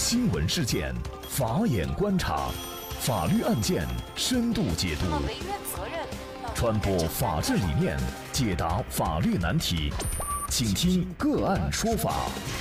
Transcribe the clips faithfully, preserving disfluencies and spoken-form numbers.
新闻事件，法眼观察，法律案件深度解读，传播法治理念，解答法律难题，请听个案说法。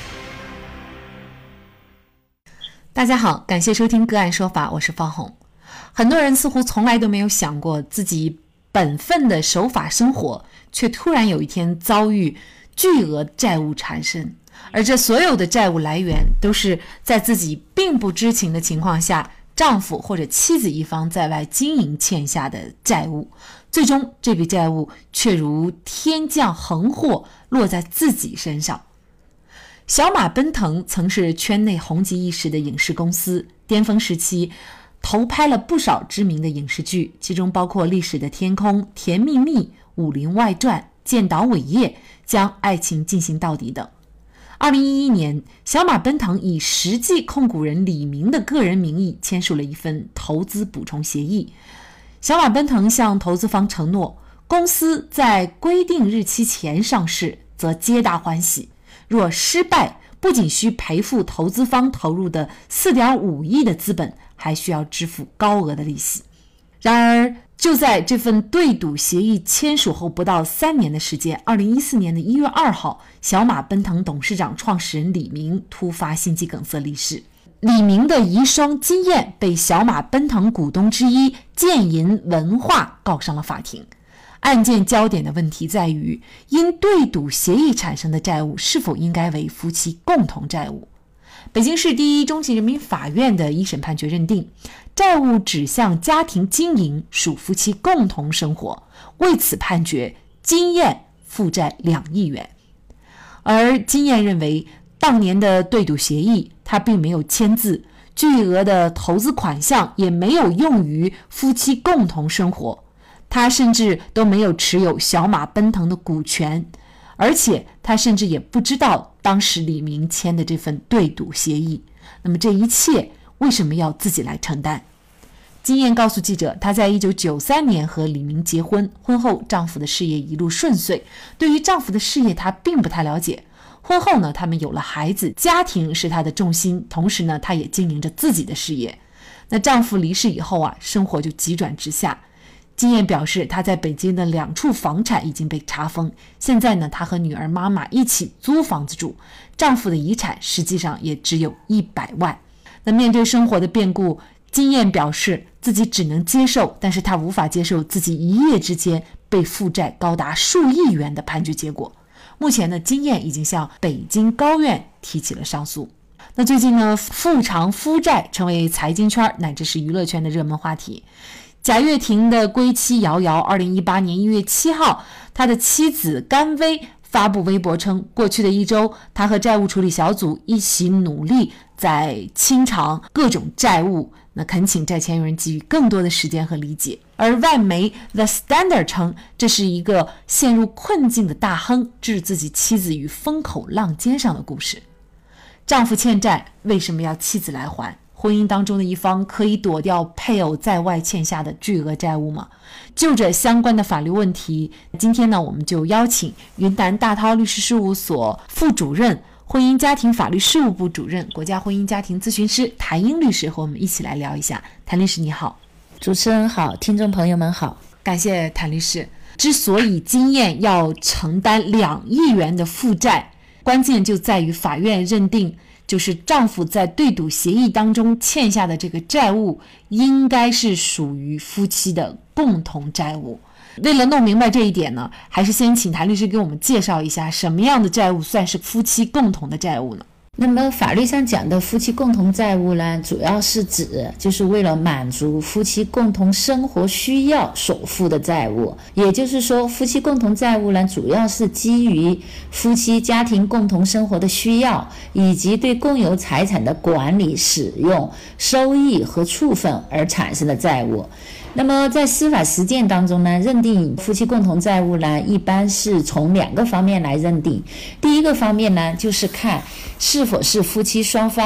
大家好，感谢收听个案说法，我是方红。很多人似乎从来都没有想过自己本分的守法生活，却突然有一天遭遇巨额债务缠身，而这所有的债务来源都是在自己并不知情的情况下，丈夫或者妻子一方在外经营欠下的债务，最终这笔债务却如天降横祸落在自己身上。小马奔腾曾是圈内红极一时的影视公司，巅峰时期投拍了不少知名的影视剧，其中包括《历史的天空》、《甜蜜蜜》、《武林外传》、《剑岛伟业》、将爱情进行到底等。二零一一年，小马奔腾以实际控股人李明的个人名义签署了一份投资补充协议。小马奔腾向投资方承诺，公司在规定日期前上市则皆大欢喜，若失败，不仅需赔付投资方投入的 四点五亿的资本，还需要支付高额的利息。然而就在这份对赌协议签署后不到三年的时间，二零一四年的一月二号，小马奔腾董事长创始人李明突发心肌梗塞离世。李明的遗孀金燕被小马奔腾股东之一建银文化告上了法庭。案件焦点的问题在于，因对赌协议产生的债务是否应该为夫妻共同债务。北京市第一中级人民法院的一审判决认定，债务指向家庭经营，属夫妻共同生活，为此判决金燕负债两亿元。而金燕认为，当年的对赌协议他并没有签字，巨额的投资款项也没有用于夫妻共同生活，他甚至都没有持有小马奔腾的股权，而且他甚至也不知道当时李明签的这份对赌协议。那么这一切为什么要自己来承担？金燕告诉记者，她在一九九三年和李明结婚，婚后丈夫的事业一路顺遂，对于丈夫的事业她并不太了解。婚后呢，他们有了孩子，家庭是她的重心，同时呢，她也经营着自己的事业。那丈夫离世以后啊，生活就急转直下。金燕表示，她在北京的两处房产已经被查封，现在呢，她和女儿妈妈一起租房子住，丈夫的遗产实际上也只有一百万。那面对生活的变故，金燕表示自己只能接受，但是她无法接受自己一夜之间被负债高达数亿元的判决结果。目前呢，金燕已经向北京高院提起了上诉。那最近呢，富偿夫债成为财经圈乃至是娱乐圈的热门话题。贾跃亭的归期遥遥，二零一八年一月七号，他的妻子甘薇发布微博称，过去的一周，他和债务处理小组一起努力在清偿各种债务，那恳请债权人给予更多的时间和理解。而外媒 The Standard 称，这是一个陷入困境的大亨置自己妻子于风口浪尖上的故事。丈夫欠债，为什么要妻子来还？婚姻当中的一方可以躲掉配偶在外欠下的巨额债务吗？就这相关的法律问题，今天呢，我们就邀请云南大韬律师事务所副主任、婚姻家庭法律事务部主任、国家婚姻家庭咨询师谭英律师和我们一起来聊一下。谭律师你好。 主持人好，听众朋友们好。 感谢谭律师。之所以金燕要承担两亿元的负债，关键就在于法院认定，就是丈夫在对赌协议当中欠下的这个债务应该是属于夫妻的共同债务。为了弄明白这一点呢，还是先请谭律师给我们介绍一下，什么样的债务算是夫妻共同的债务呢？ 那么法律上讲的夫妻共同债务呢，主要是指就是为了满足夫妻共同生活需要所负的债务。也就是说，夫妻共同债务呢，主要是基于夫妻家庭共同生活的需要，以及对共有财产的管理、使用、收益和处分而产生的债务。那么在司法实践当中呢，认定夫妻共同债务呢，一般是从两个方面来认定。第一个方面呢，就是看是否是夫妻双方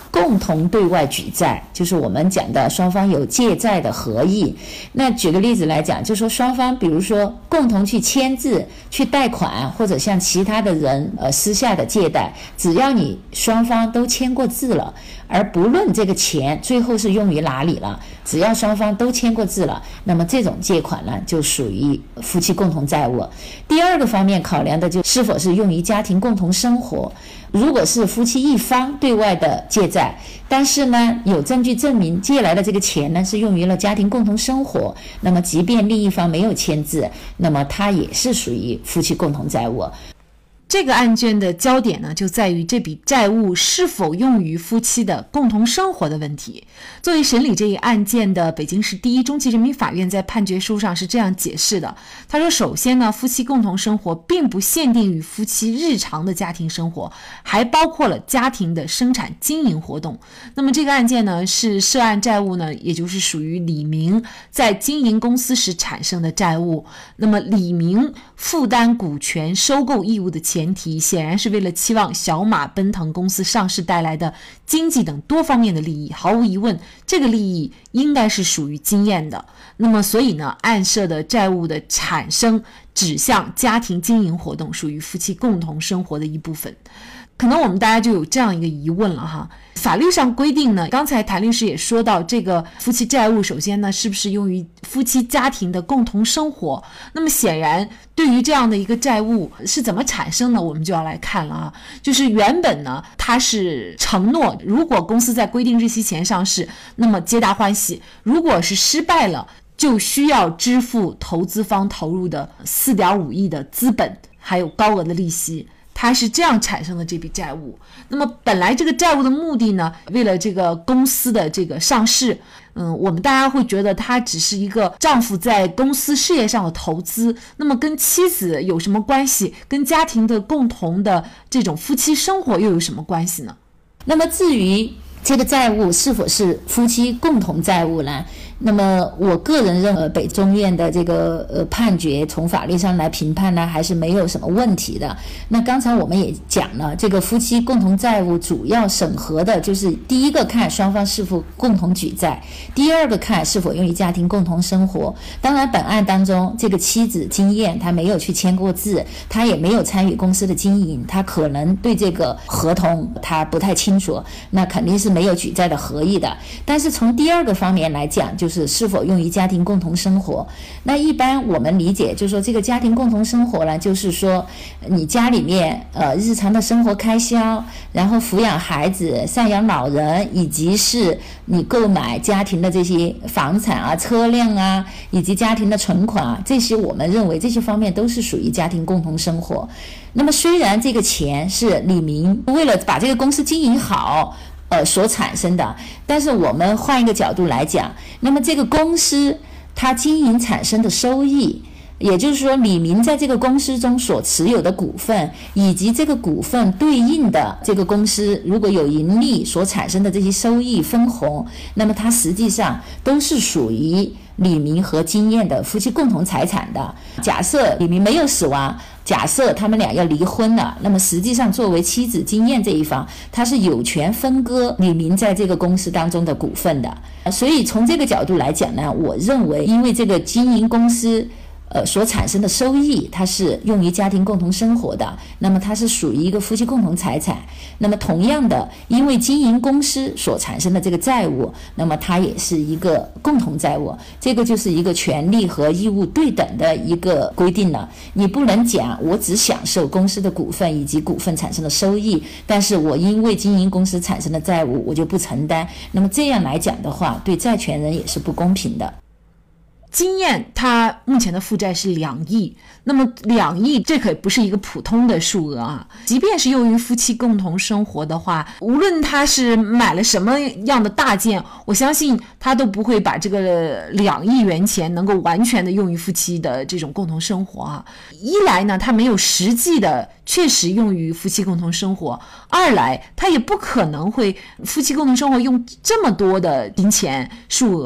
共同对外举债，就是我们讲的双方有借债的合意。那举个例子来讲，就说双方比如说共同去签字去贷款，或者向其他的人呃私下的借贷，只要你双方都签过字了，而不论这个钱最后是用于哪里了，只要双方都签过字了，那么这种借款呢就属于夫妻共同债务。第二个方面考量的就是否是用于家庭共同生活。如果是夫妻一方对外的借债，但是呢有证据证明借来的这个钱呢是用于了家庭共同生活，那么即便另一方没有签字，那么它也是属于夫妻共同债务。 这个案件的焦点呢，就在于这笔债务是否用于夫妻的共同生活的问题。作为审理这一案件的北京市第一中级人民法院在判决书上是这样解释的，他说首先呢，夫妻共同生活并不限定于夫妻日常的家庭生活，还包括了家庭的生产经营活动。那么这个案件呢，是涉案债务呢，也就是属于李明在经营公司时产生的债务。那么李明负担股权收购义务的前前提显然是为了期望小马奔腾公司上市带来的经济等多方面的利益，毫无疑问这个利益应该是属于经验的。那么所以呢，案涉的债务的产生指向家庭经营活动，属于夫妻共同生活的一部分。可能我们大家就有这样一个疑问了哈，法律上规定呢，刚才谭律师也说到，这个夫妻债务首先呢是不是用于夫妻家庭的共同生活，那么显然对于这样的一个债务是怎么产生的，我们就要来看了啊。就是原本呢它是承诺，如果公司在规定日期前上市，那么皆大欢喜，如果是失败了，就需要支付投资方投入的 四点五亿的资本还有高额的利息，它是这样产生的这笔债务。那么本来这个债务的目的呢，为了这个公司的这个上市，嗯，我们大家会觉得它只是一个丈夫在公司事业上的投资，那么跟妻子有什么关系？跟家庭的共同的这种夫妻生活又有什么关系呢？ 那么至于这个债务是否是夫妻共同债务呢？那么我个人认为北中院的这个呃判决从法律上来评判呢，还是没有什么问题的。那刚才我们也讲了，这个夫妻共同债务主要审核的就是第一个看双方是否共同举债，第二个看是否用于家庭共同生活。当然本案当中这个妻子金燕她没有去签过字，她也没有参与公司的经营，她可能对这个合同她不太清楚，那肯定是没有举债的合意的。但是从第二个方面来讲，就是是否用于家庭共同生活。那一般我们理解就是说，这个家庭共同生活呢，就是说你家里面呃日常的生活开销，然后抚养孩子、赡养老人，以及是你购买家庭的这些房产啊、车辆啊，以及家庭的存款啊，这些我们认为这些方面都是属于家庭共同生活。那么虽然这个钱是李明为了把这个公司经营好呃，所产生的，但是我们换一个角度来讲，那么这个公司它经营产生的收益，也就是说李明在这个公司中所持有的股份，以及这个股份对应的这个公司如果有盈利所产生的这些收益分红，那么它实际上都是属于李明和金燕的夫妻共同财产的。假设李明没有死亡，假设他们俩要离婚了，那么实际上作为妻子金燕这一方，他是有权分割李明在这个公司当中的股份的。所以从这个角度来讲呢，我认为因为这个经营公司呃，所产生的收益，它是用于家庭共同生活的，那么它是属于一个夫妻共同财产。那么同样的，因为经营公司所产生的这个债务，那么它也是一个共同债务，这个就是一个权利和义务对等的一个规定了。你不能讲我只享受公司的股份以及股份产生的收益，但是我因为经营公司产生的债务我就不承担，那么这样来讲的话，对债权人也是不公平的。 金燕她目前的负债是两亿，那么两亿这可不是一个普通的数额啊！即便是用于夫妻共同生活的话，无论他是买了什么样的大件，我相信他都不会把这个两亿元钱能够完全的用于夫妻的这种共同生活啊。一来呢，他没有实际的确实用于夫妻共同生活；二来，他也不可能会夫妻共同生活用这么多的金钱数额。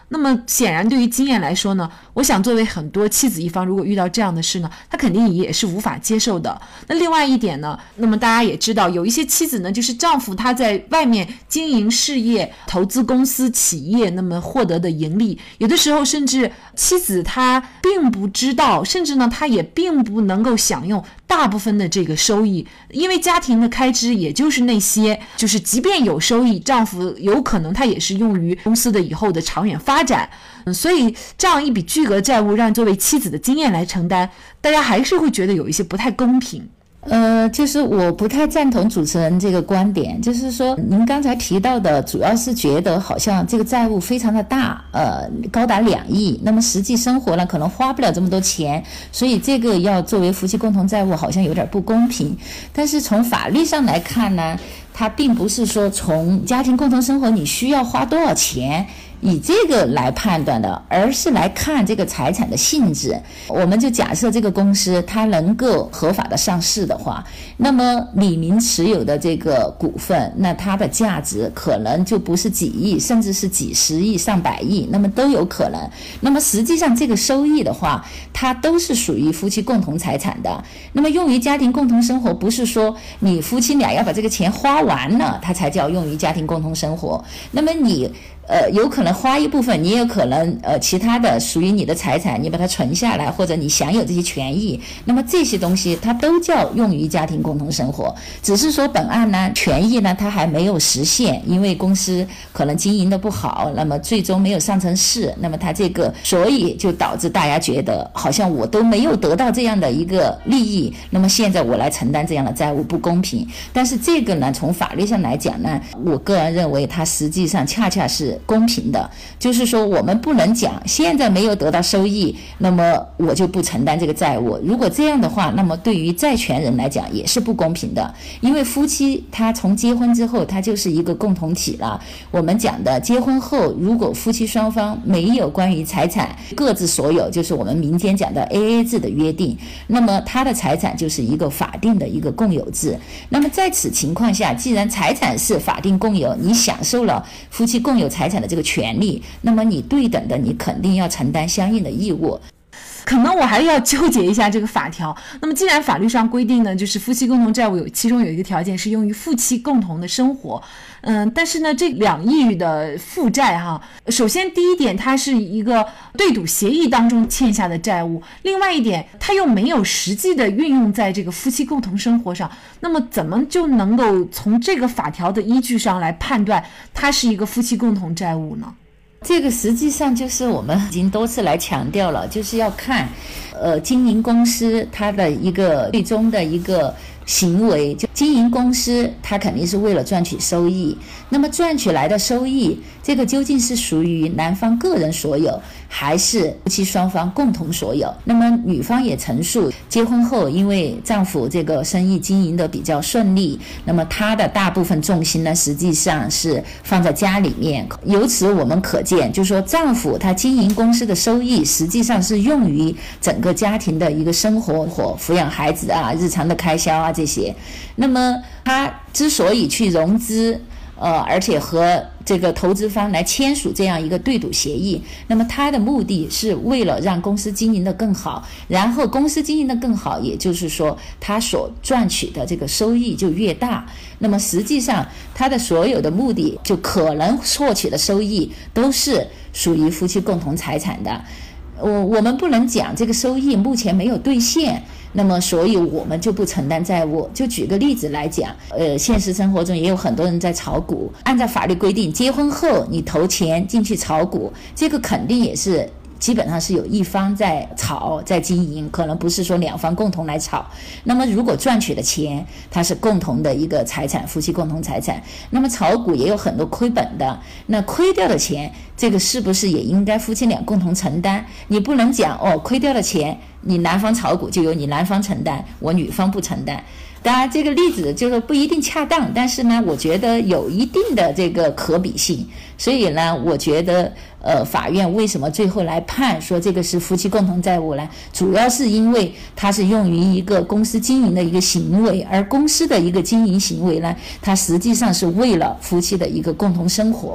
那么显然对于经验来说呢，我想作为很多妻子一方，如果遇到这样的事呢，他肯定也是无法接受的。那另外一点呢，那么大家也知道，有一些妻子呢，就是丈夫他在外面经营事业、投资公司、企业，那么获得的盈利，有的时候甚至妻子她并不知道，甚至呢，她也并不能够享用大部分的这个收益，因为家庭的开支也就是那些，就是即便有收益，丈夫有可能他也是用于公司的以后的长远发展，嗯，所以这样一笔巨额债务让作为妻子的经验来承担，大家还是会觉得有一些不太公平。 呃，就是我不太赞同主持人这个观点，就是说您刚才提到的主要是觉得好像这个债务非常的大，呃，高达两亿，那么实际生活呢可能花不了这么多钱，所以这个要作为夫妻共同债务好像有点不公平。但是从法律上来看呢，它并不是说从家庭共同生活你需要花多少钱以这个来判断的，而是来看这个财产的性质。我们就假设这个公司它能够合法的上市的话，那么李明持有的这个股份，那它的价值可能就不是几亿，甚至是几十亿、上百亿，那么都有可能。那么实际上这个收益的话，它都是属于夫妻共同财产的。那么用于家庭共同生活，不是说你夫妻俩要把这个钱花完了，它才叫用于家庭共同生活。那么你呃，有可能花一部分，你也有可能呃，其他的属于你的财产，你把它存下来，或者你享有这些权益，那么这些东西它都叫用于家庭共同生活。只是说本案呢，权益呢它还没有实现，因为公司可能经营的不好，那么最终没有上成市，那么它这个所以就导致大家觉得好像我都没有得到这样的一个利益，那么现在我来承担这样的债务不公平。但是这个呢，从法律上来讲呢，我个人认为它实际上恰恰是公平的，就是说我们不能讲现在没有得到收益，那么我就不承担这个债务。如果这样的话，那么对于债权人来讲也是不公平的，因为夫妻他从结婚之后他就是一个共同体了。我们讲的结婚后，如果夫妻双方没有关于财产各自所有，就是我们民间讲的 A A 制的约定，那么他的财产就是一个法定的一个共有制。那么在此情况下，既然财产是法定共有，你享受了夫妻共有财产的这个权利，那么你对等的你肯定要承担相应的义务。 可能我还要纠结一下这个法条。那么既然法律上规定呢，就是夫妻共同债务有其中有一个条件是用于夫妻共同的生活，嗯，但是呢，这两亿的负债哈，首先第一点，它是一个对赌协议当中欠下的债务；另外一点，它又没有实际的运用在这个夫妻共同生活上。那么怎么就能够从这个法条的依据上来判断它是一个夫妻共同债务呢？ 这个实际上就是我们已经多次来强调了，就是要看呃经营公司它的一个最终的一个行为。就经营公司它肯定是为了赚取收益，那么赚取来的收益，这个究竟是属于男方个人所有还是夫妻双方共同所有？那么女方也陈述，结婚后因为丈夫这个生意经营的比较顺利，那么他的大部分重心呢实际上是放在家里面。由此我们可见，就是说丈夫他经营公司的收益实际上是用于整个家庭的一个生活或抚养孩子啊、日常的开销啊这些。那么他之所以去融资呃，而且和这个投资方来签署这样一个对赌协议，那么他的目的是为了让公司经营得更好，然后公司经营得更好，也就是说他所赚取的这个收益就越大，那么实际上他的所有的目的就可能获取的收益都是属于夫妻共同财产的。我我们不能讲这个收益目前没有兑现，那么所以我们就不承担债务。就举个例子来讲，呃，现实生活中也有很多人在炒股，按照法律规定，结婚后你投钱进去炒股，这个肯定也是基本上是有一方在炒在经营，可能不是说两方共同来炒。那么如果赚取的钱它是共同的一个财产，夫妻共同财产，那么炒股也有很多亏本的，那亏掉的钱这个是不是也应该夫妻俩共同承担？你不能讲哦，亏掉的钱你男方炒股就由你男方承担，我女方不承担。当然这个例子就是不一定恰当，但是呢我觉得有一定的这个可比性。所以呢我觉得呃，法院为什么最后来判说这个是夫妻共同债务呢？主要是因为它是用于一个公司经营的一个行为，而公司的一个经营行为呢，它实际上是为了夫妻的一个共同生活。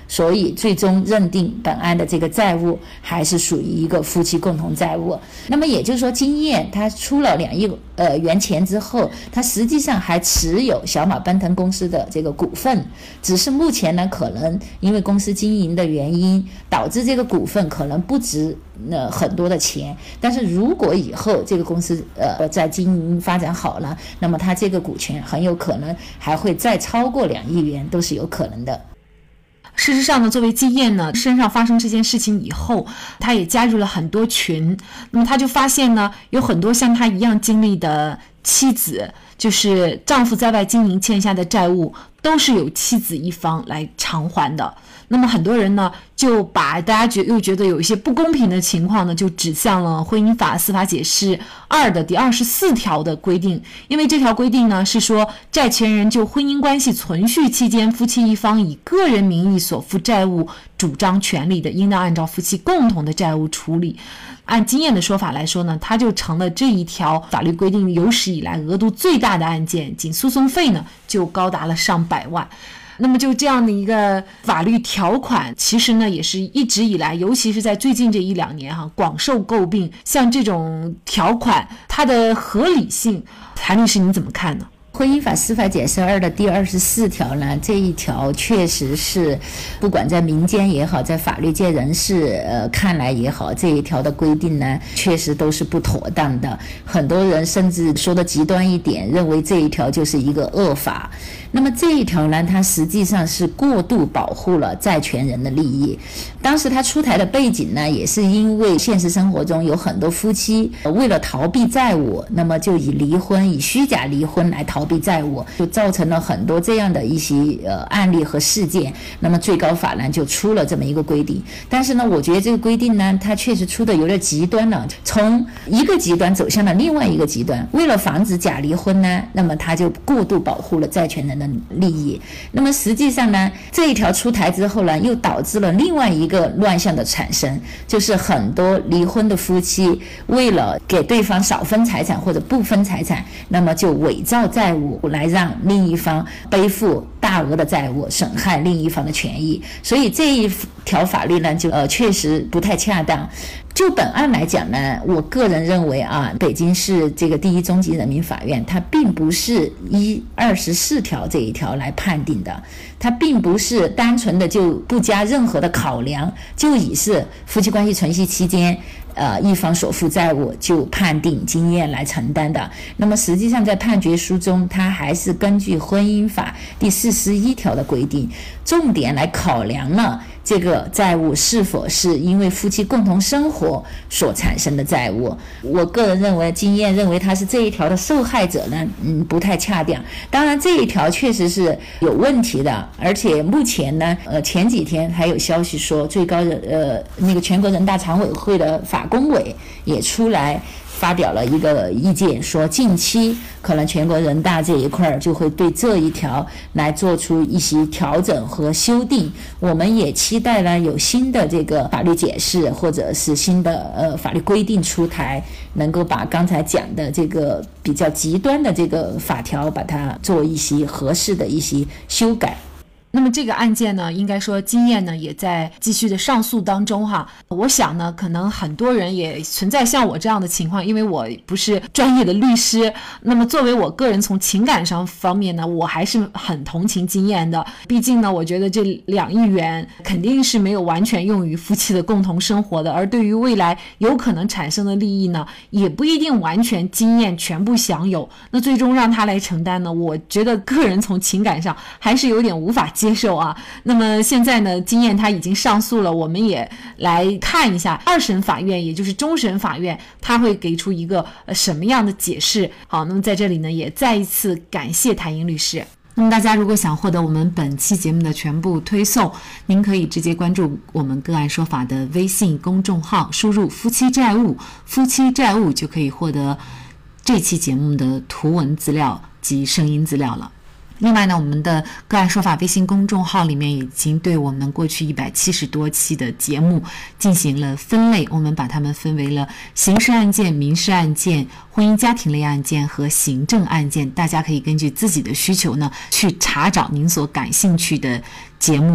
所以最终认定本案的这个债务还是属于一个夫妻共同债务。那么也就是说，金燕他出了两亿呃元钱之后，他实际上还持有小马奔腾公司的这个股份，只是目前呢，可能因为公司经营的原因，导致这个股份可能不值呃很多的钱。但是如果以后这个公司呃在经营发展好了，那么他这个股权很有可能还会再超过两亿元，都是有可能的。 事实上呢，作为金燕呢，身上发生这件事情以后，她也加入了很多群。那么她就发现呢，有很多像她一样经历的妻子，就是丈夫在外经营欠下的债务，都是由妻子一方来偿还的。那么很多人呢，就把大家觉又觉得有一些不公平的情况呢，就指向了婚姻法司法解释二的第二十四条的规定。因为这条规定呢，是说债权人就婚姻关系存续期间夫妻一方以个人名义所负债务主张权利的，应当按照夫妻共同的债务处理。按金燕的说法来说呢，它就成了这一条法律规定有史以来额度最大的案件，仅诉讼费呢就高达了上百万。那么就这样的一个法律条款，其实呢也是一直以来，尤其是在最近这一两年哈、啊，广受诟病。像这种条款，它的合理性，谭律师你怎么看呢？ 婚姻法司法解释二的第二十四条呢，这一条确实是，不管在民间也好，在法律界人士呃看来也好，这一条的规定呢，确实都是不妥当的。很多人甚至说的极端一点，认为这一条就是一个恶法。那么这一条呢，它实际上是过度保护了债权人的利益。当时它出台的背景呢，也是因为现实生活中有很多夫妻为了逃避债务，那么就以离婚、以虚假离婚来逃避债务，就造成了很多这样的一些呃案例和事件。那么最高法呢就出了这么一个规定，但是呢，我觉得这个规定呢，它确实出的有点极端了，从一个极端走向了另外一个极端。为了防止假离婚呢，那么它就过度保护了债权人的利益。那么实际上呢，这一条出台之后呢，又导致了另外一个乱象的产生，就是很多离婚的夫妻为了给对方少分财产或者不分财产，那么就伪造债务来让另一方背负大额的债务，损害另一方的权益。所以这一条法律呢，就呃确实不太恰当。就本案来讲呢，我个人认为啊，北京市这个第一中级人民法院，它并不是依二十四条这一条来判定的，它并不是单纯的就不加任何的考量，就以是夫妻关系存续期间呃，一方所负债务就判定金燕来承担的。那么实际上在判决书中，它还是根据婚姻法第四十一条的规定，重点来考量了这个债务是否是因为夫妻共同生活所产生的债务。我个人认为，金燕认为他是这一条的受害者呢，嗯，不太恰当。当然，这一条确实是有问题的，而且目前呢，呃，前几天还有消息说，最高人呃那个全国人大常委会的法工委也出来发表了一个意见，说近期可能全国人大这一块就会对这一条来做出一些调整和修订。我们也期待呢有新的这个法律解释或者是新的呃法律规定出台，能够把刚才讲的这个比较极端的这个法条把它做一些合适的一些修改。 那么这个案件呢，应该说金燕呢也在继续的上诉当中哈。我想呢，可能很多人也存在像我这样的情况，因为我不是专业的律师。那么作为我个人从情感上方面呢，我还是很同情金燕的。毕竟呢，我觉得这两亿元肯定是没有完全用于夫妻的共同生活的，而对于未来有可能产生的利益呢，也不一定完全金燕全部享有。那最终让他来承担呢，我觉得个人从情感上还是有点无法接受。接受啊，那么现在呢，金燕他已经上诉了，我们也来看一下二审法院，也就是终审法院，他会给出一个、呃、什么样的解释。好，那么在这里呢，也再一次感谢谭英律师。那么大家如果想获得我们本期节目的全部推送，您可以直接关注我们个案说法的微信公众号，输入夫妻债务夫妻债务就可以获得这期节目的图文资料及声音资料了。另外呢，我们的个案说法微信公众号里面已经对我们过去一百七十多期的节目进行了分类，我们把它们分为了刑事案件、民事案件、婚姻家庭类案件和行政案件。大家可以根据自己的需求呢，去查找您所感兴趣的节目，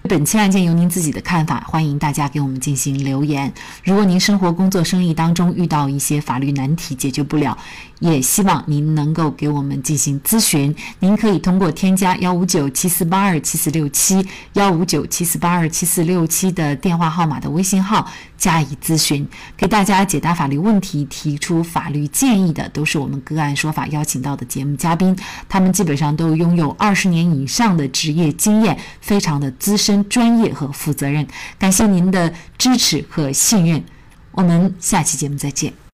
本期案件有您自己的看法，欢迎大家给我们进行留言。如果您生活、工作、生意当中遇到一些法律难题解决不了，也希望您能够给我们进行咨询。您可以通过添加幺五九七四八二七四六七幺五九七四八二七四六七的电话号码的微信号加以咨询。给大家解答法律问题、提出法律建议的都是我们个案说法邀请到的节目嘉宾，他们基本上都拥有二十年以上的职业经验，非常的资深、专业和负责任。感谢您的支持和信任，我们下期节目再见。